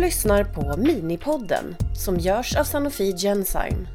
lyssnar på Minipodden som görs av Sanofi Genzyme.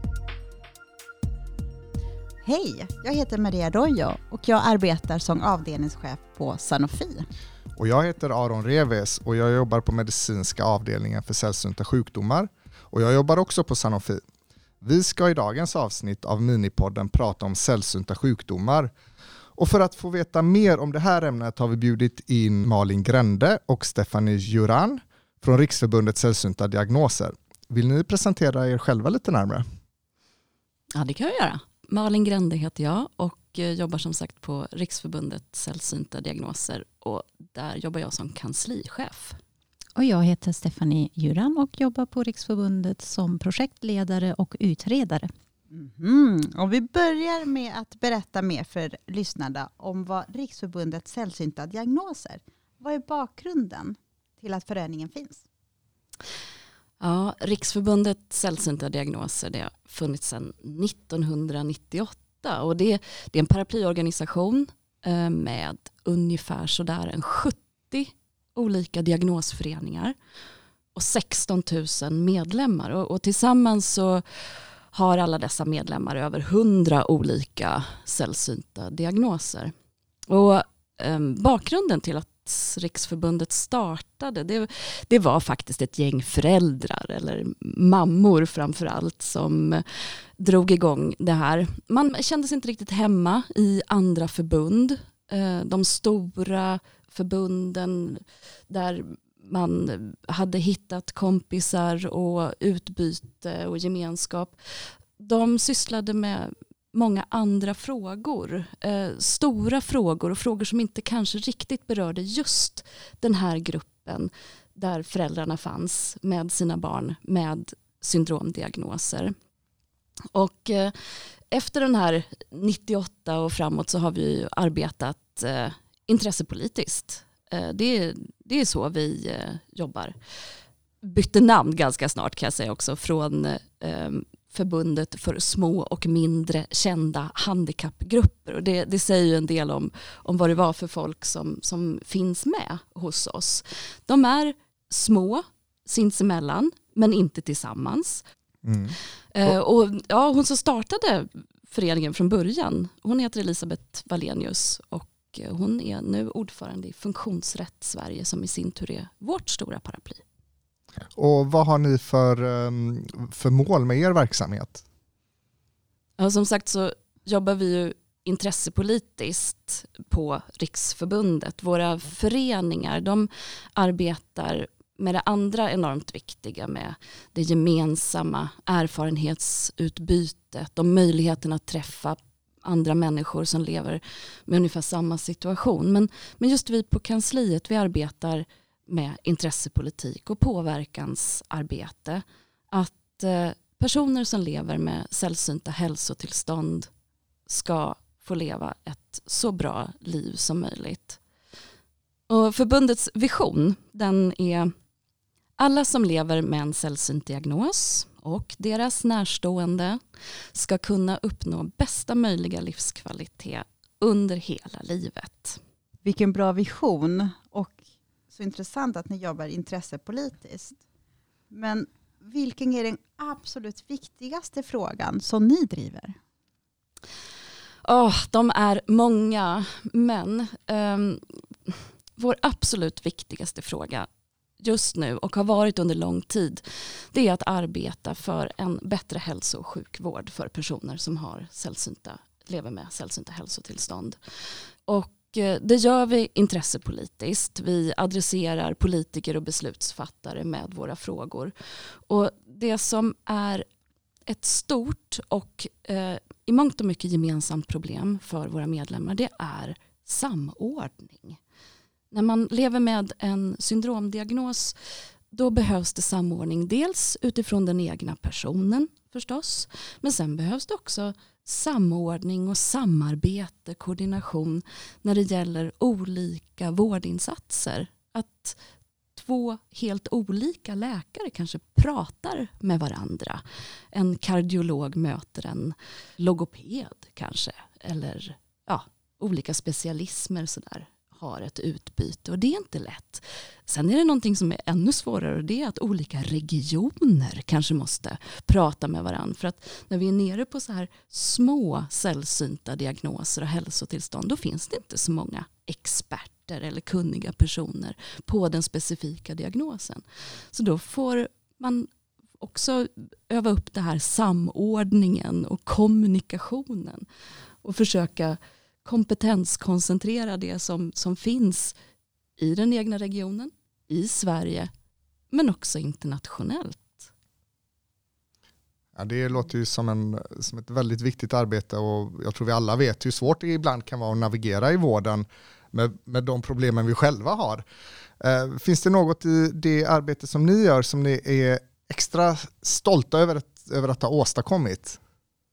Hej, jag heter Maria Rojo och jag arbetar som avdelningschef på Sanofi. Och jag heter Aron Reves och jag jobbar på medicinska avdelningen för sällsynta sjukdomar. Och jag jobbar också på Sanofi. Vi ska i dagens avsnitt av Minipodden prata om sällsynta sjukdomar. Och för att få veta mer om det här ämnet har vi bjudit in Malin Grände och Stephanie Juran från Riksförbundet sällsynta diagnoser. Vill ni presentera er själva lite närmare? Ja, det kan jag göra. Malin Grände heter jag och jobbar som sagt på Riksförbundet sällsynta diagnoser och där jobbar jag som kanslichef. Och jag heter Stephanie Juran och jobbar på Riksförbundet som projektledare och utredare. Och vi börjar med att berätta mer för lyssnarna om vad Riksförbundet sällsynta diagnoser. Vad är bakgrunden till att föreningen finns? Ja, Riksförbundet sällsynta diagnoser det har funnits sedan 1998 och det är en paraplyorganisation med ungefär sådär en 70 olika diagnosföreningar och 16 000 medlemmar och tillsammans så har alla dessa medlemmar över 100 olika sällsynta diagnoser. Och bakgrunden till att Riksförbundet startade det var faktiskt ett gäng föräldrar eller mammor framförallt som drog igång det här. Man kände sig inte riktigt hemma i andra förbund. De stora förbunden där man hade hittat kompisar och utbyte och gemenskap. De sysslade med många andra frågor. Stora frågor och frågor som inte kanske riktigt berörde just den här gruppen där föräldrarna fanns med sina barn med syndromdiagnoser. Och efter den här 98 och framåt så har vi arbetat intressepolitiskt. Det är så vi jobbar. Bytte namn ganska snart kan jag säga också från förbundet för små och mindre kända handikappgrupper. Och det säger ju en del om vad det var för folk som finns med hos oss. De är små sinsemellan men inte tillsammans. Och ja, hon som startade föreningen från början, hon heter Elisabeth Wallenius och hon är nu ordförande i Funktionsrätt Sverige som i sin tur är vårt stora paraply. Och vad har ni för mål med er verksamhet? Ja, som sagt så jobbar vi ju intressepolitiskt på Riksförbundet. Våra föreningar de arbetar med det andra enormt viktiga med det gemensamma erfarenhetsutbytet och möjligheten att träffa andra människor som lever med ungefär samma situation. Men just vi på kansliet, vi arbetar med intressepolitik och påverkansarbete. Att personer som lever med sällsynta hälsotillstånd ska få leva ett så bra liv som möjligt. Och förbundets vision, den är alla som lever med en sällsynt diagnos och deras närstående ska kunna uppnå bästa möjliga livskvalitet under hela livet. Vilken bra vision och så intressant att ni jobbar intressepolitiskt. Men vilken är den absolut viktigaste frågan som ni driver? De är många, men vår absolut viktigaste fråga just nu och har varit under lång tid, det är att arbeta för en bättre hälso- och sjukvård för personer som har lever med sällsynta hälsotillstånd. Och det gör vi intressepolitiskt. Vi adresserar politiker och beslutsfattare med våra frågor. Och det som är ett stort och i mångt och mycket gemensamt problem för våra medlemmar, det är samordning. När man lever med en syndromdiagnos, då behövs det samordning. Dels utifrån den egna personen förstås, men sen behövs det också samordning och samarbete, koordination när det gäller olika vårdinsatser. Att två helt olika läkare kanske pratar med varandra. En kardiolog möter en logoped kanske, eller olika specialismer sådär har ett utbyte och det är inte lätt. Sen är det någonting som är ännu svårare och det är att olika regioner kanske måste prata med varandra. För att när vi är nere på så här små sällsynta diagnoser och hälsotillstånd då finns det inte så många experter eller kunniga personer på den specifika diagnosen. Så då får man också öva upp det här samordningen och kommunikationen och försöka kompetenskoncentrera det som finns i den egna regionen, i Sverige, men också internationellt. Ja, det låter ju som ett väldigt viktigt arbete och jag tror vi alla vet hur svårt det ibland kan vara att navigera i vården med de problemen vi själva har. Finns det något i det arbete som ni gör som ni är extra stolta över att ha åstadkommit?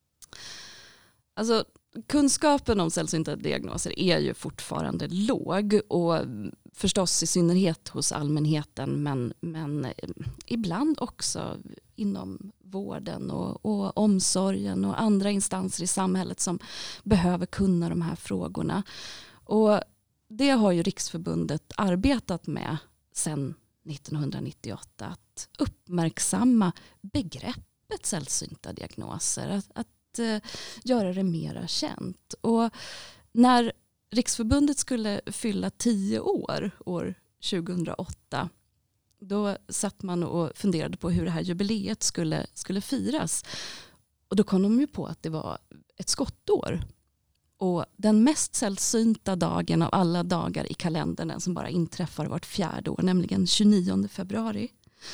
Alltså, kunskapen om sällsynta diagnoser är ju fortfarande låg och förstås i synnerhet hos allmänheten men ibland också inom vården och omsorgen och andra instanser i samhället som behöver kunna de här frågorna. Och det har ju Riksförbundet arbetat med sedan 1998 att uppmärksamma begreppet sällsynta diagnoser, att göra det mera känt. Och när Riksförbundet skulle fylla 10 år 2008 då satt man och funderade på hur det här jubileet skulle firas. Och då kom de ju på att det var ett skottår. Och den mest sällsynta dagen av alla dagar i kalendern som bara inträffar vart 4:e år, nämligen 29 februari.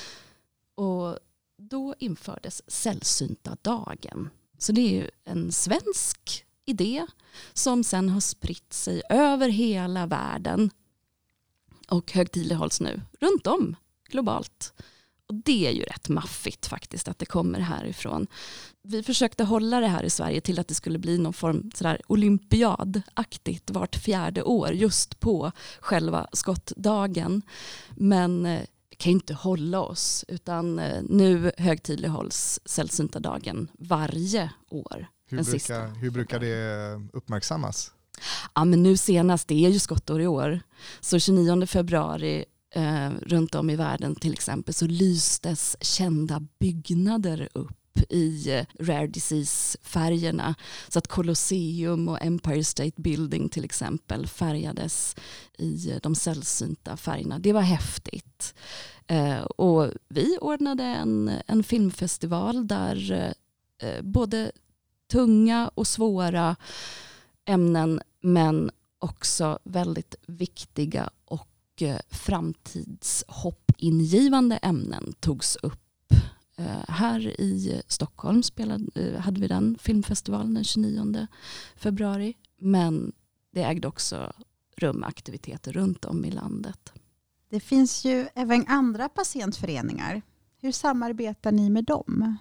Och då infördes sällsynta dagen. Så det är ju en svensk idé som sen har spritt sig över hela världen och högtidlighålls nu runt om globalt. Och det är ju rätt maffigt faktiskt att det kommer härifrån. Vi försökte hålla det här i Sverige till att det skulle bli någon form sådär olympiadaktigt vart 4:e år just på själva skottdagen. Men vi kan ju inte hålla oss utan nu högtidlighålls sällsynta dagen varje år. Hur brukar det uppmärksammas? Ja, men nu senast, det är ju skottår i år. Så 29 februari runt om i världen till exempel så lystes kända byggnader upp i Rare Disease-färgerna. Så att Colosseum och Empire State Building till exempel färgades i de sällsynta färgerna. Det var häftigt. Och vi ordnade en filmfestival där både tunga och svåra ämnen men också väldigt viktiga och framtidshoppingivande ämnen togs upp. Här i Stockholm hade vi den filmfestivalen den 29 februari. Men det ägde också rum aktiviteter runt om i landet. Det finns ju även andra patientföreningar. Hur samarbetar ni med dem?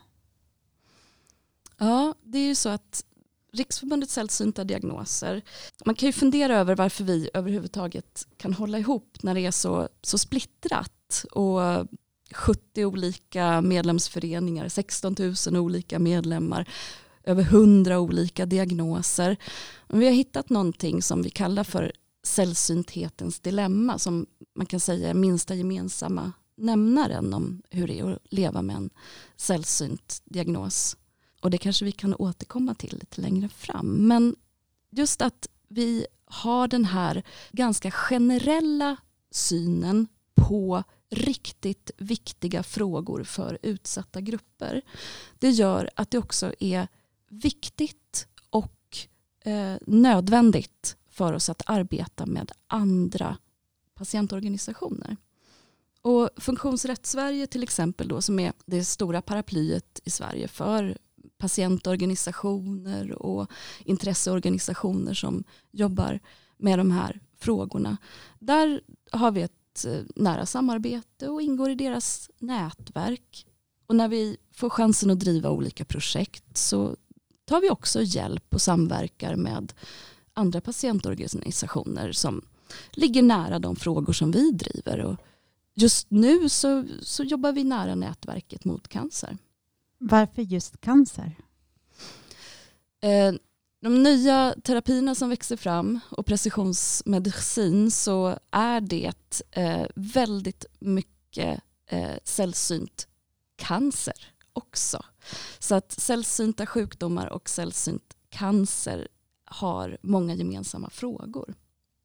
Ja, det är ju så att Riksförbundets sällsynta diagnoser. Man kan ju fundera över varför vi överhuvudtaget kan hålla ihop när det är så splittrat. Och 70 olika medlemsföreningar, 16 000 olika medlemmar, över 100 olika diagnoser. Men vi har hittat någonting som vi kallar för sällsynthetens dilemma som man kan säga är minsta gemensamma nämnaren om hur det är att leva med en sällsynt diagnos. Och det kanske vi kan återkomma till lite längre fram. Men just att vi har den här ganska generella synen på riktigt viktiga frågor för utsatta grupper. Det gör att det också är viktigt och nödvändigt för oss att arbeta med andra patientorganisationer. Och Funktionsrätt Sverige till exempel då, som är det stora paraplyet i Sverige för patientorganisationer och intresseorganisationer som jobbar med de här frågorna. Där har vi ett nära samarbete och ingår i deras nätverk. Och när vi får chansen att driva olika projekt så tar vi också hjälp och samverkar med andra patientorganisationer som ligger nära de frågor som vi driver. Och just nu så jobbar vi nära nätverket mot cancer. Varför just cancer? de nya terapierna som växer fram och precisionsmedicin, så är det väldigt mycket sällsynt cancer också. Så att sällsynta sjukdomar och sällsynt cancer har många gemensamma frågor.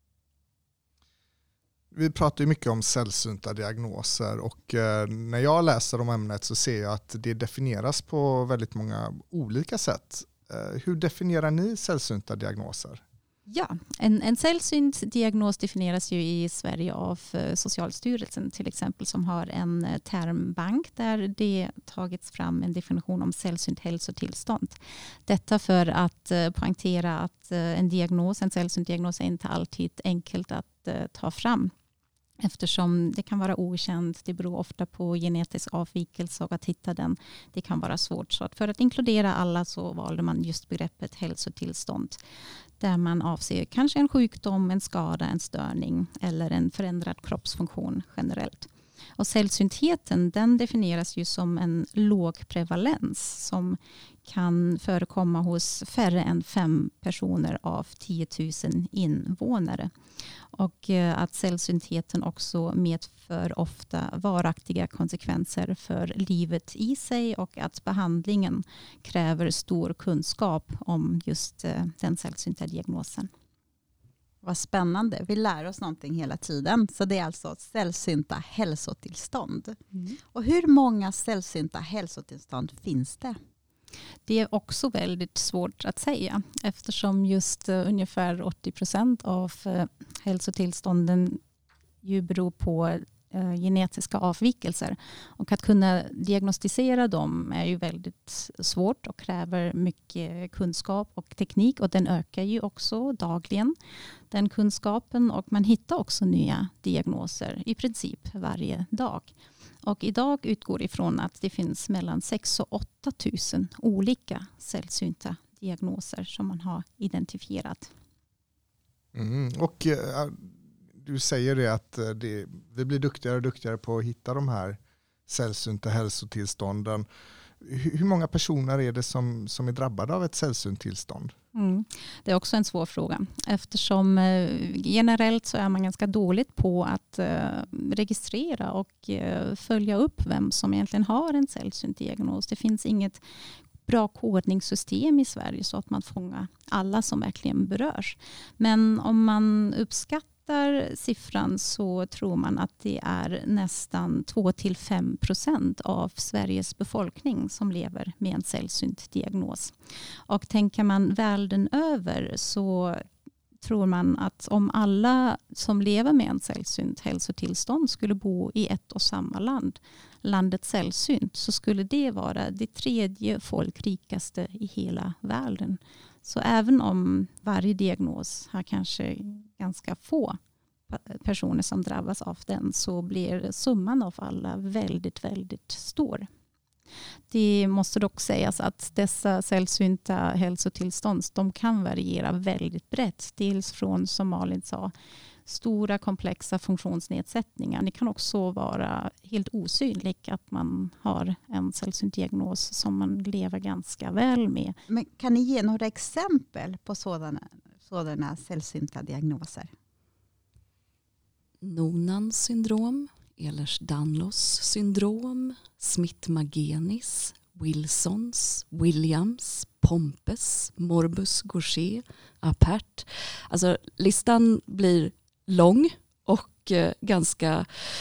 Vi pratar ju mycket om sällsynta diagnoser och när jag läser om ämnet så ser jag att det definieras på väldigt många olika sätt. Hur definierar ni sällsynta diagnoser? Ja, en sällsynt diagnos definieras ju i Sverige av Socialstyrelsen till exempel, som har en termbank där det tagits fram en definition om sällsynt hälsotillstånd. Detta för att poängtera att en sällsynt diagnos är inte alltid enkelt att ta fram. Eftersom det kan vara okänt, det beror ofta på genetisk avvikelse och att hitta den, det kan vara svårt. Så att för att inkludera alla så valde man just begreppet hälsotillstånd. Där man avser kanske en sjukdom, en skada, en störning eller en förändrad kroppsfunktion generellt. Och sällsyntheten, den definieras ju som en låg prevalens som kan förekomma hos färre än 5 personer av 10 000 invånare. Och att sällsyntheten också medför ofta varaktiga konsekvenser för livet i sig och att behandlingen kräver stor kunskap om just den sällsynta diagnosen. Vad spännande, vi lär oss någonting hela tiden. Så det är alltså sällsynta hälsotillstånd. Och hur många sällsynta hälsotillstånd finns det? Det är också väldigt svårt att säga eftersom just ungefär 80% av hälsotillstånden ju beror på genetiska avvikelser. Och att kunna diagnostisera dem är ju väldigt svårt och kräver mycket kunskap och teknik. Och den ökar ju också dagligen, den kunskapen. Och man hittar också nya diagnoser i princip varje dag. Och idag utgår ifrån att det finns mellan 6 och 8 000 olika sällsynta diagnoser som man har identifierat. Och du säger det att vi blir duktigare och duktigare på att hitta de här sällsynta hälsotillstånden. Hur många personer är det som är drabbade av ett sällsynt tillstånd? Det är också en svår fråga eftersom generellt så är man ganska dåligt på att registrera och följa upp vem som egentligen har en sällsynt diagnos. Det finns inget bra kodningssystem i Sverige så att man fångar alla som verkligen berörs. Men om man uppskattar siffran så tror man att det är nästan 2-5% av Sveriges befolkning som lever med en sällsynt diagnos. Och tänker man världen över så tror man att om alla som lever med en sällsynt hälsotillstånd skulle bo i ett och samma land, landet sällsynt, så skulle det vara det 3:e folkrikaste i hela världen. Så även om varje diagnos har kanske ganska få personer som drabbas av den så blir summan av alla väldigt, väldigt stor. Det måste dock sägas att dessa sällsynta hälsotillstånd de kan variera väldigt brett. Dels från, som Malin sa, stora komplexa funktionsnedsättningar. Det kan också vara helt osynligt att man har en sällsynt diagnos som man lever ganska väl med. Men kan ni ge några exempel på sådana sällsynta diagnoser? Nonans syndrom, Ehlers-Danlos syndrom, Smith-Magenis, Wilsons, Williams, Pompes, Morbus Gaucher, Apert. Alltså listan blir lång och ganska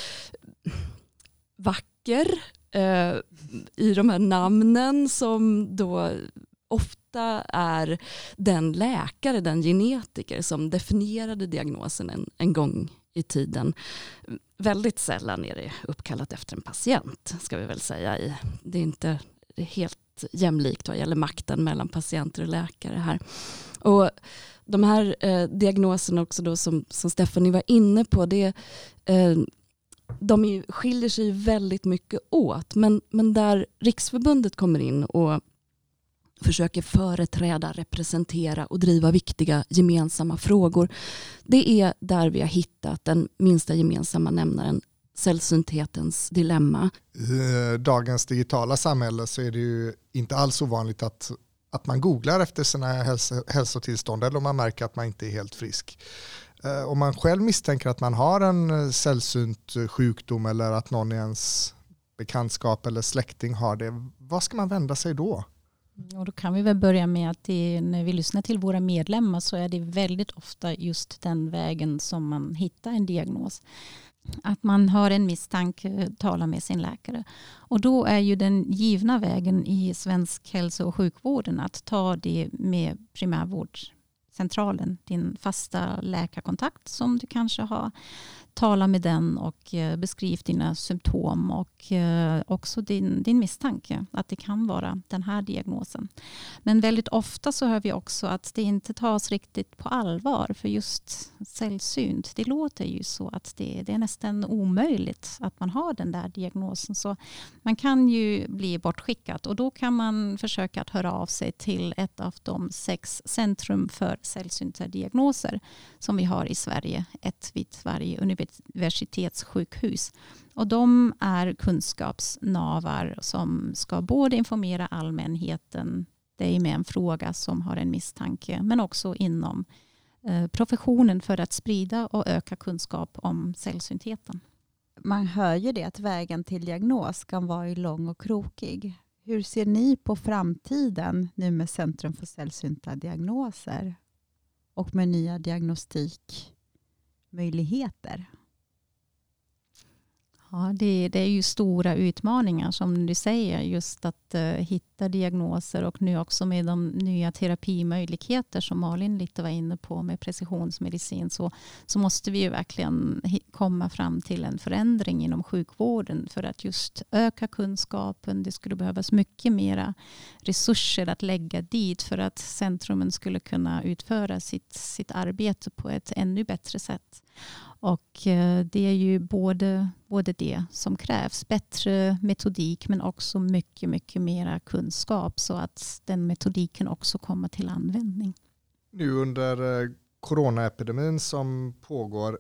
vacker i de här namnen som då ofta är den läkare, den genetiker som definierade diagnosen en gång i tiden. Väldigt sällan är det uppkallat efter en patient, ska vi väl säga. Det är inte helt jämlikt vad gäller makten mellan patienter och läkare här. Och de här diagnoserna också då som Stephanie var inne på, de skiljer sig väldigt mycket åt. Men där Riksförbundet kommer in och försöker företräda, representera och driva viktiga gemensamma frågor. Det är där vi har hittat den minsta gemensamma nämnaren, sällsynthetens dilemma. I dagens digitala samhälle så är det ju inte alls ovanligt att att man googlar efter sina hälsotillstånd eller om man märker att man inte är helt frisk. Om man själv misstänker att man har en sällsynt sjukdom eller att någon i ens bekantskap eller släkting har det, vad ska man vända sig då? Och då kan vi väl börja med att när vi lyssnar till våra medlemmar så är det väldigt ofta just den vägen som man hittar en diagnos. Att man har en misstanke, tala med sin läkare. Och då är ju den givna vägen i svensk hälso- och sjukvården att ta det med primärvårdscentralen, din fasta läkarkontakt som du kanske har. Tala med den och beskriv dina symptom och också din misstanke att det kan vara den här diagnosen. Men väldigt ofta så hör vi också att det inte tas riktigt på allvar för just sällsynt. Det låter ju så att det är nästan omöjligt att man har den där diagnosen. Så man kan ju bli bortskickad och då kan man försöka att höra av sig till ett av de 6 centrum för sällsynta diagnoser som vi har i Sverige, ett vid varje universitetssjukhus. Och de är kunskapsnavar som ska både informera allmänheten, det är med en fråga som har en misstanke, men också inom professionen för att sprida och öka kunskap om sällsyntheten. Man hör ju det att vägen till diagnos kan vara lång och krokig. Hur ser ni på framtiden nu med Centrum för sällsynta diagnoser och med nya diagnostikmöjligheter? Ja, det är ju stora utmaningar som du säger, just att hitta diagnoser och nu också med de nya terapimöjligheter som Malin lite var inne på med precisionsmedicin så måste vi ju verkligen komma fram till en förändring inom sjukvården för att just öka kunskapen. Det skulle behövas mycket mera resurser att lägga dit för att centrumen skulle kunna utföra sitt arbete på ett ännu bättre sätt. Och det är ju både det som krävs, bättre metodik men också mycket, mycket mera kunskap så att den metodiken också kommer till användning. Nu under coronaepidemin som pågår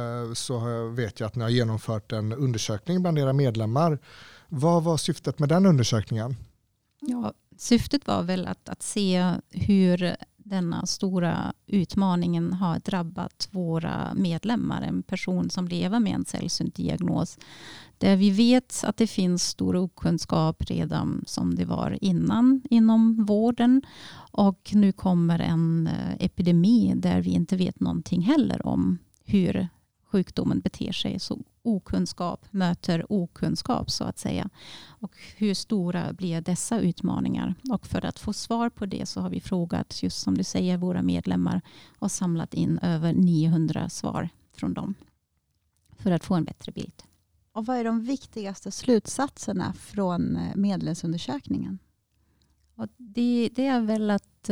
så vet jag att ni har genomfört en undersökning bland era medlemmar. Vad var syftet med den undersökningen? Ja, syftet var väl att se hur denna stora utmaningen har drabbat våra medlemmar. En person som lever med en sällsynt diagnos. Där vi vet att det finns stor okunskap redan som det var innan inom vården. Och nu kommer en epidemi där vi inte vet någonting heller om hur sjukdomen beter sig. Så okunskap möter okunskap så att säga. Och hur stora blir dessa utmaningar? Och för att få svar på det så har vi frågat, just som du säger, våra medlemmar och samlat in över 900 svar från dem för att få en bättre bild. Och vad är de viktigaste slutsatserna från medlemsundersökningen? Och det är väl att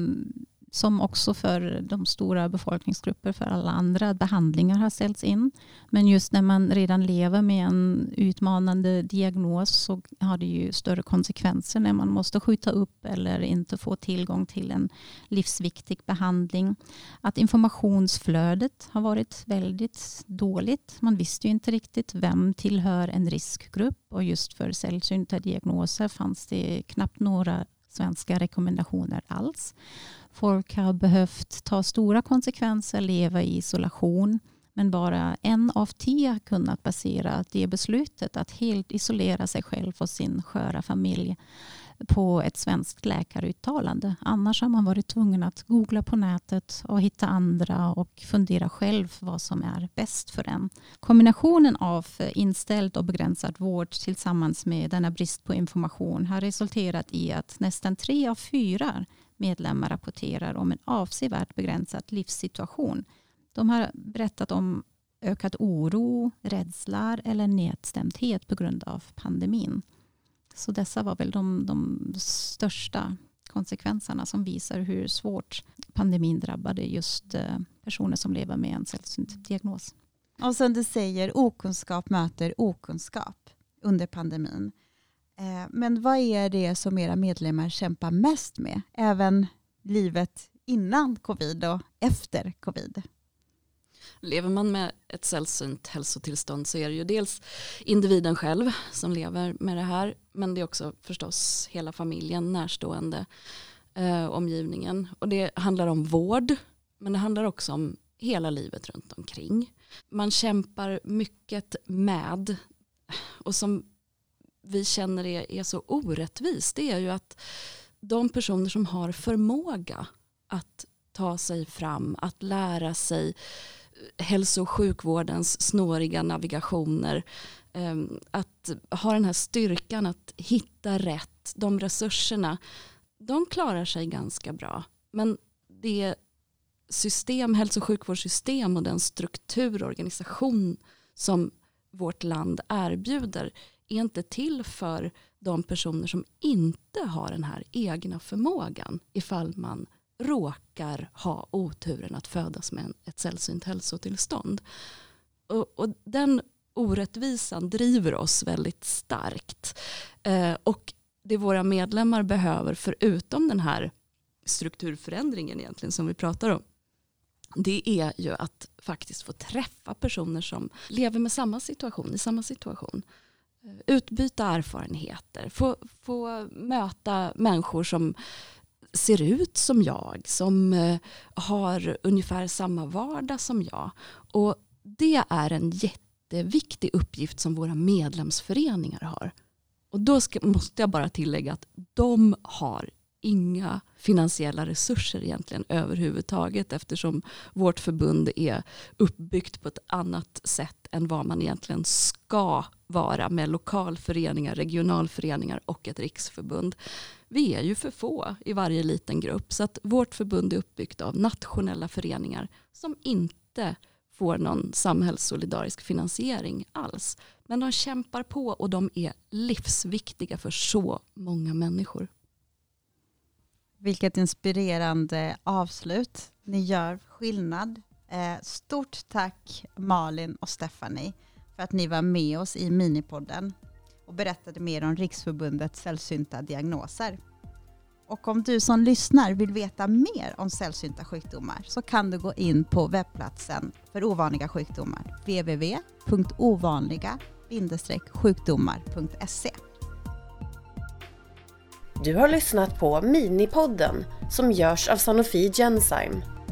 som också för de stora befolkningsgrupper, för alla andra behandlingar har ställts in. Men just när man redan lever med en utmanande diagnos så har det ju större konsekvenser när man måste skjuta upp eller inte få tillgång till en livsviktig behandling. Att informationsflödet har varit väldigt dåligt. Man visste ju inte riktigt vem tillhör en riskgrupp och just för sällsynta diagnoser fanns det knappt några svenska rekommendationer alls. Folk har behövt ta stora konsekvenser, leva i isolation. Men bara 1 av 10 har kunnat basera det beslutet att helt isolera sig själv och sin sköra familj på ett svenskt läkaruttalande. Annars har man varit tvungen att googla på nätet och hitta andra och fundera själv vad som är bäst för en. Kombinationen av inställd och begränsad vård tillsammans med denna brist på information har resulterat i att nästan 3 av 4 medlemmar rapporterar om en avsevärt begränsad livssituation. De har berättat om ökad oro, rädsla eller nedstämdhet på grund av pandemin. Så dessa var väl de största konsekvenserna som visar hur svårt pandemin drabbade just personer som lever med en sällsynt diagnos. Och som du säger, okunskap möter okunskap under pandemin. Men vad är det som era medlemmar kämpar mest med? Även livet innan covid och efter covid? Lever man med ett sällsynt hälsotillstånd så är det ju dels individen själv som lever med det här, men det är också förstås hela familjen, närstående. omgivningen. Och det handlar om vård, men det handlar också om hela livet runt omkring. Man kämpar mycket med, och som vi känner är så orättvist, det är ju att de personer som har förmåga att ta sig fram, att lära sig hälso- och sjukvårdens snåriga navigationer, att ha den här styrkan att hitta rätt, de resurserna, de klarar sig ganska bra. Men det system, hälso- och sjukvårdssystem och den struktur och organisation som vårt land erbjuder är inte till för de personer som inte har den här egna förmågan, ifall man råkar ha oturen att födas med ett sällsynt hälsotillstånd. Och den orättvisan driver oss väldigt starkt. Och det våra medlemmar behöver, förutom den här strukturförändringen egentligen som vi pratar om, det är ju att faktiskt få träffa personer som lever med samma situation, i samma situation. Utbyta erfarenheter, få möta människor som ser ut som jag, som har ungefär samma vardag som jag. Och det är en jätteviktig uppgift som våra medlemsföreningar har. Och då måste jag bara tillägga att de har inga finansiella resurser egentligen överhuvudtaget, eftersom vårt förbund är uppbyggt på ett annat sätt än vad man egentligen ska vara, med lokalföreningar, regionalföreningar och ett riksförbund. Vi är ju för få i varje liten grupp, så att vårt förbund är uppbyggt av nationella föreningar som inte får någon samhällssolidarisk finansiering alls. Men de kämpar på och de är livsviktiga för så många människor. Vilket inspirerande avslut. Ni gör skillnad. Stort tack Malin och Stephanie för att ni var med oss i minipodden och berättade mer om Riksförbundets sällsynta diagnoser. Och om du som lyssnar vill veta mer om sällsynta sjukdomar så kan du gå in på webbplatsen för ovanliga sjukdomar, www.ovanliga-sjukdomar.se. Du har lyssnat på Minipodden som görs av Sanofi Genzyme.